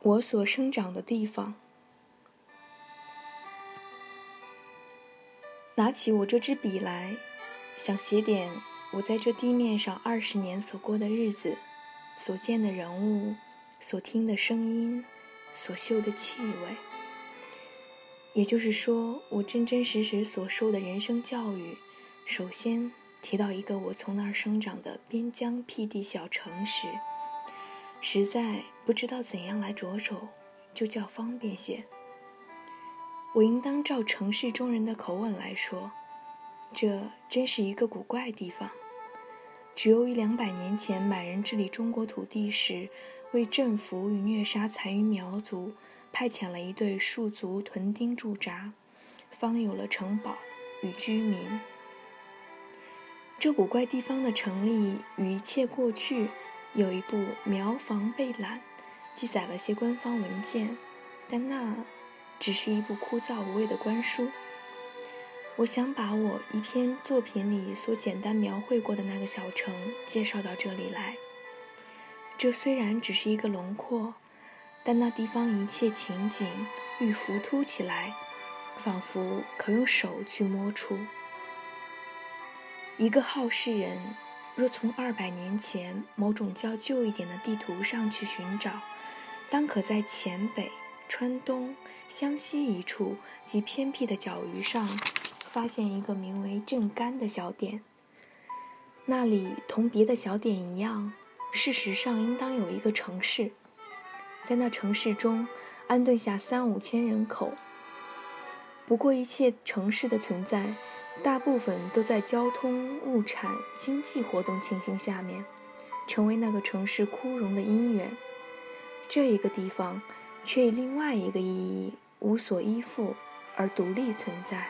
我所生长的地方。拿起我这支笔来，想写点我在这地面上20年所过的日子，所见的人物，所听的声音，所嗅的气味。也就是说，我真真实实所受的人生教育，首先提到一个我从那儿生长的边疆僻地小城时，实在不知道怎样来着手，就较方便些。我应当照城市中人的口吻来说，这真是一个古怪地方。只有100-200年前满人治理中国土地时，为征服与虐杀残余苗族，派遣了一队戍族屯丁驻扎，方有了城堡与居民。这古怪地方的成立与一切过去，有一部《苗房备览》，记载了些官方文件，但那只是一部枯燥无味的官书。我想把我一篇作品里所简单描绘过的那个小城介绍到这里来。这虽然只是一个轮廓，但那地方一切情景愈浮凸起来，仿佛可用手去摸出。一个好事人若从200年前某种较旧一点的地图上去寻找，当可在黔北、川东、湘西一处极偏僻的角隅上发现一个名为镇干的小点。那里同别的小点一样，事实上应当有一个城市，在那城市中安顿下3-5千人口。不过一切城市的存在，大部分都在交通、物产、经济活动情形下面，成为那个城市枯荣的因缘。这一个地方却以另外一个意义无所依附而独立存在，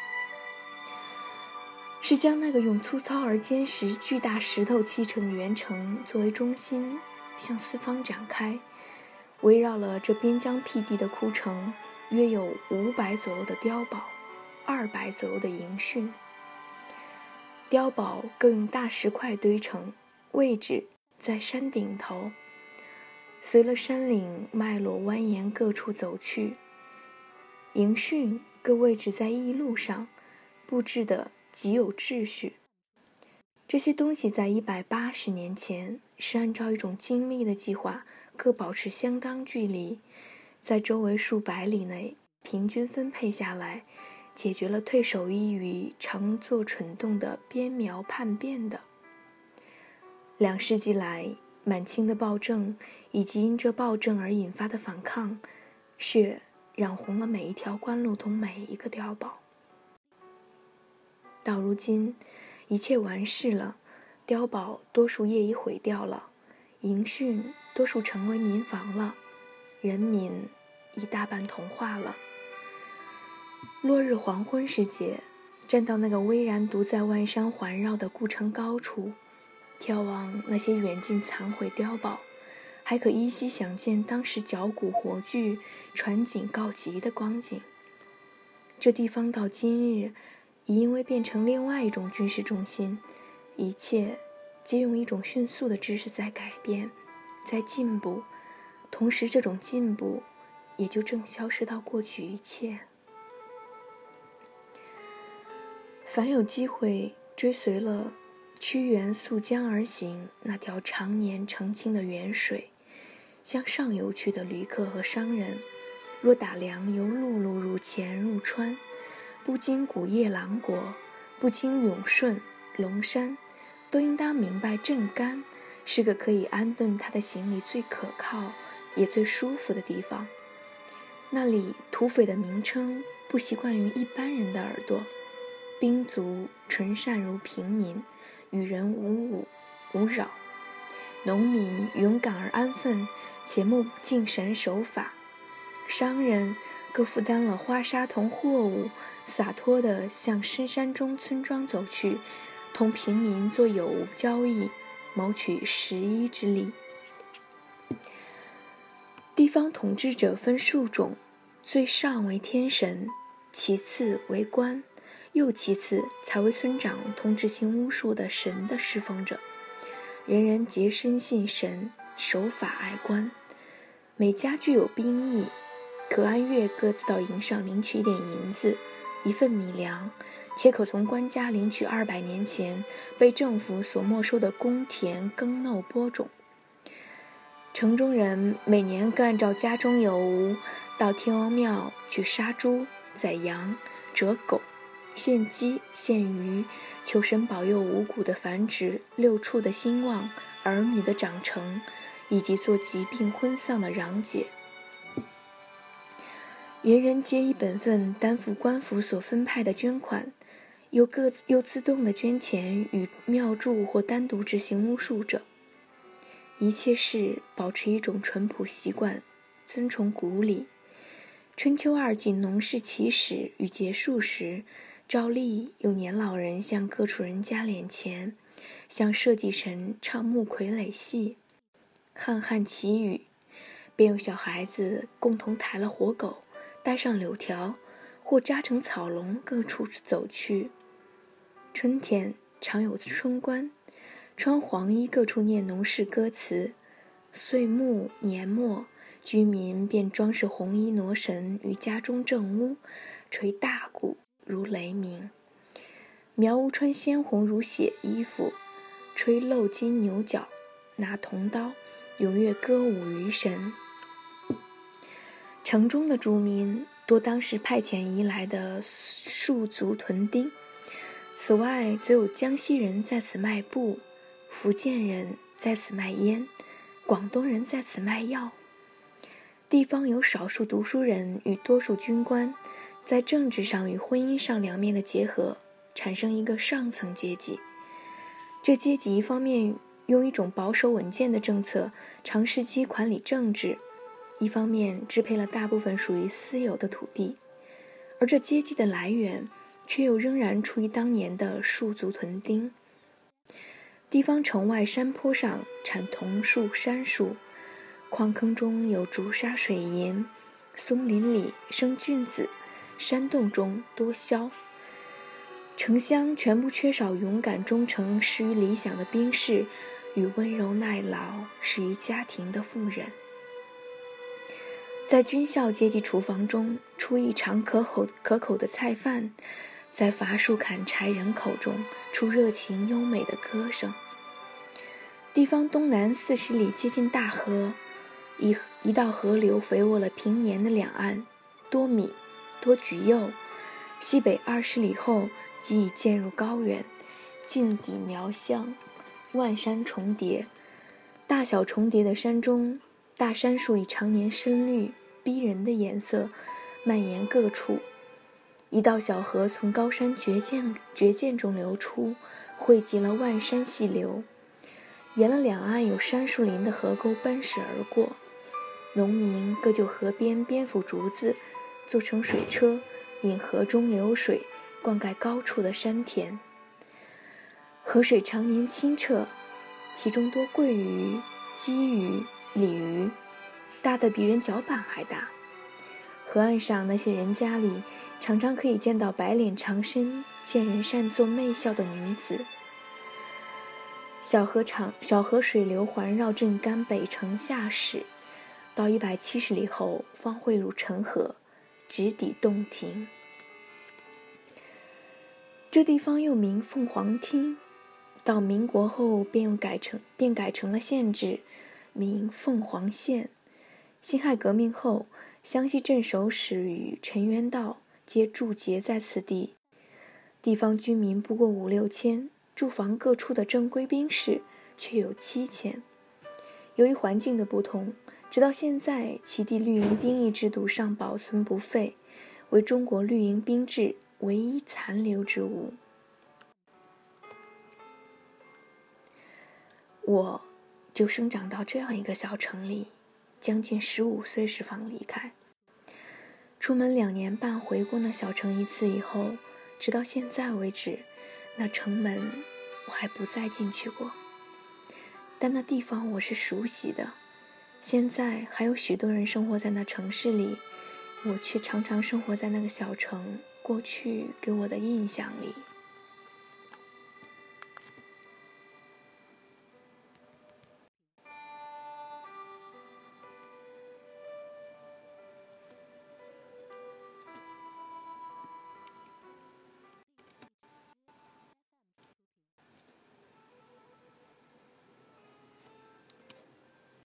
是将那个用粗糙而坚实巨大石头砌成的圆城作为中心向四方展开，围绕了这边疆僻地的枯城约有500左右的碉堡，200左右的营汛。碉堡各用大石块堆成，位置在山顶头，随了山岭脉络蜿蜒各处走去。营汛各位置在驿路上，布置得极有秩序。这些东西在180年前是按照一种精密的计划，各保持相当距离，在周围数百里内平均分配下来，解决了退守一隅常作蠢动的边苗叛变的。2世纪来，满清的暴政以及因这暴政而引发的反抗，血染红了每一条官路同每一个碉堡。到如今，一切完事了，碉堡多数业已毁掉了，营汛多数成为民房了，人民已大半同化了。落日黄昏时节，站到那个巍然独在万山环绕的故城高处，眺望那些远近残毁碉堡，还可依稀想见当时绞骨活锯、传景告急的光景。这地方到今日已因为变成另外一种军事中心，一切皆用一种迅速的知识在改变，在进步，同时这种进步也就正消失到过去一切。凡有机会追随了屈原溯江而行那条常年澄清的沅水，向上游去的旅客和商人，若打量由陆路入黔入川，不经古夜郎国，不经永顺、龙山，都应当明白镇干是个可以安顿他的行李最可靠也最舒服的地方。那里土匪的名称不习惯于一般人的耳朵，兵卒纯善如平民，与人无侮无扰，农民勇敢而安分，且目不敬神守法，商人各负担了花纱同货物，洒脱地向深山中村庄走去，同平民做有无交易，谋取食衣之利。地方统治者分数种，最上为天神，其次为官，又其次才为村长同执行巫术的神的侍奉者。人人皆深信神，守法爱官。 每家具有兵役，可按月各自到营上领取一点银子，1份米粮，且可从官家领取200年前被政府所没收的公田耕耨播种。城中人每年各按照家中有无，到天王庙去杀猪、宰羊、折狗、献鸡、献鱼，求神保佑五谷的繁殖、6畜的兴旺、儿女的长成，以及做疾病婚丧的攘解。人人皆依本分担负官府所分派的捐款，又自动的捐钱与庙祝或单独执行巫术者。一切事保持一种淳朴习惯，遵从古礼。春秋2季农事起始与结束时，照例有年老人向各处人家敛钱，向社稷神唱木傀儡戏、汉汉祈雨，便有小孩子共同抬了活狗，带上柳条，或扎成草笼，各处走去。春天常有春官，穿黄衣各处念农事歌词。岁暮年末，居民便装饰红衣挪神于家中正屋，捶大鼓如雷鸣。苗屋穿鲜红如血衣服，吹漏金牛角，拿铜刀，踊跃歌舞于神。城中的住民多当时派遣移来的戍族屯丁，此外则有江西人在此卖布，福建人在此卖烟，广东人在此卖药。地方有少数读书人与多数军官，在政治上与婚姻上两面的结合，产生一个上层阶级。这阶级一方面用一种保守稳健的政策长时期管理政治，一方面支配了大部分属于私有的土地，而这阶级的来源却又仍然出于当年的戍族屯丁。地方城外山坡上产桐树、杉树，矿坑中有竹沙水银，松林里生菌子，山洞中多枭。城乡全部缺少勇敢忠诚、适于理想的兵士与温柔耐劳、适于家庭的妇人。在军校阶级厨房中出一尝可口的菜饭，在伐树砍柴人口中出热情优美的歌声。地方东南40里接近大河，一道河流肥沃了平沿的两岸，多米多橘柚。西北20里后即已渐入高原，近抵苗乡，万山重叠。大小重叠的山中，大杉树以常年深绿逼人的颜色蔓延各处。一道小河从高山绝涧中流出，汇集了万山细流，沿了两岸有杉树林的河沟奔驰而过。农民各就河边编斧竹子，做成水车，引河中流水，灌溉高处的山田。河水常年清澈，其中多桂鱼、鲫鱼、鲤鱼，大得比人脚板还大。河岸上那些人家里，常常可以见到白脸长身、见人善作媚笑的女子。小河水流环绕镇干北城下始，到170里后方汇入陈河，直抵洞庭。这地方又名凤凰厅，到民国后便改成了县治，名凤凰县。辛亥革命后，湘西镇守使与陈元道皆驻节在此地，地方居民不过5、6千，驻防各处的正规兵士却有7千。由于环境的不同，直到现在其地绿营兵役制度尚保存不废，为中国绿营兵制唯一残留之物。我就生长到这样一个小城里，将近15岁时方离开。出门2年半回过那小城一次以后，直到现在为止，那城门我还不再进去过。但那地方我是熟悉的，现在还有许多人生活在那城市里，我却常常生活在那个小城过去给我的印象里。